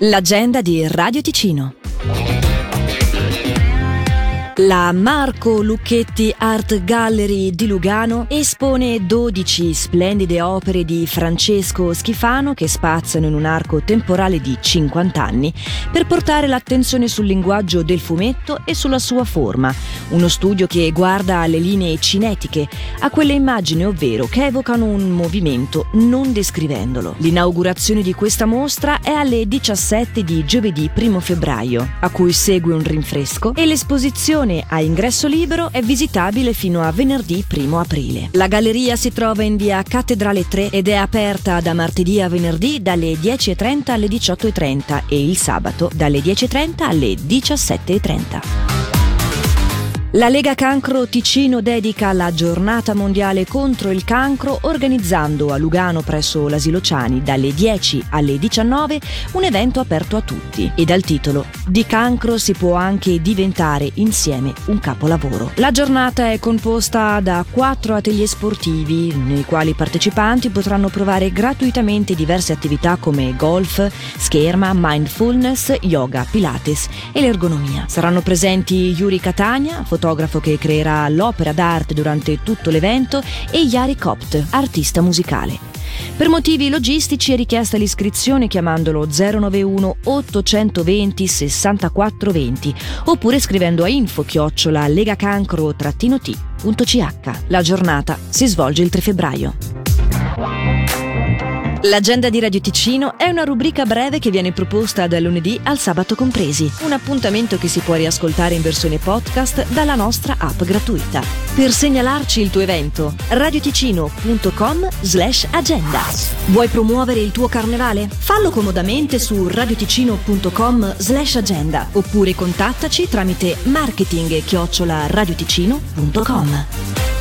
L'agenda di Radio Ticino. La Marco Lucchetti Art Gallery di Lugano espone 12 splendide opere di Francesco Schifano che spaziano in un arco temporale di 50 anni per portare l'attenzione sul linguaggio del fumetto e sulla sua forma. Uno studio che guarda alle linee cinetiche, a quelle immagini ovvero che evocano un movimento non descrivendolo. L'inaugurazione di questa mostra è alle 17 di giovedì 1 febbraio, a cui segue un rinfresco e l'esposizione a ingresso libero è visitabile fino a venerdì 1 aprile. La galleria si trova in via Cattedrale 3 ed è aperta da martedì a venerdì dalle 10:30 alle 18:30 e il sabato dalle 10:30 alle 17:30. La Lega Cancro Ticino dedica la giornata mondiale contro il cancro organizzando a Lugano presso l'Asilo Ciani dalle 10 alle 19 un evento aperto a tutti e dal titolo "Di cancro si può anche diventare insieme un capolavoro". La giornata è composta da 4 atelier sportivi nei quali i partecipanti potranno provare gratuitamente diverse attività come golf, scherma, mindfulness, yoga, pilates e l'ergonomia. Saranno presenti Yuri Catania, fotografo che creerà l'opera d'arte durante tutto l'evento, e Yari Kopt, artista musicale. Per motivi logistici è richiesta l'iscrizione chiamandolo 091 820 6420 oppure scrivendo a info@legacancro-t.ch. La giornata si svolge il 3 febbraio. L'agenda di Radio Ticino è una rubrica breve che viene proposta dal lunedì al sabato compresi. Un appuntamento che si può riascoltare in versione podcast dalla nostra app gratuita. Per segnalarci il tuo evento, radioticino.com/agenda. Vuoi promuovere il tuo carnevale? Fallo comodamente su radioticino.com/agenda oppure contattaci tramite marketing@radioticino.com.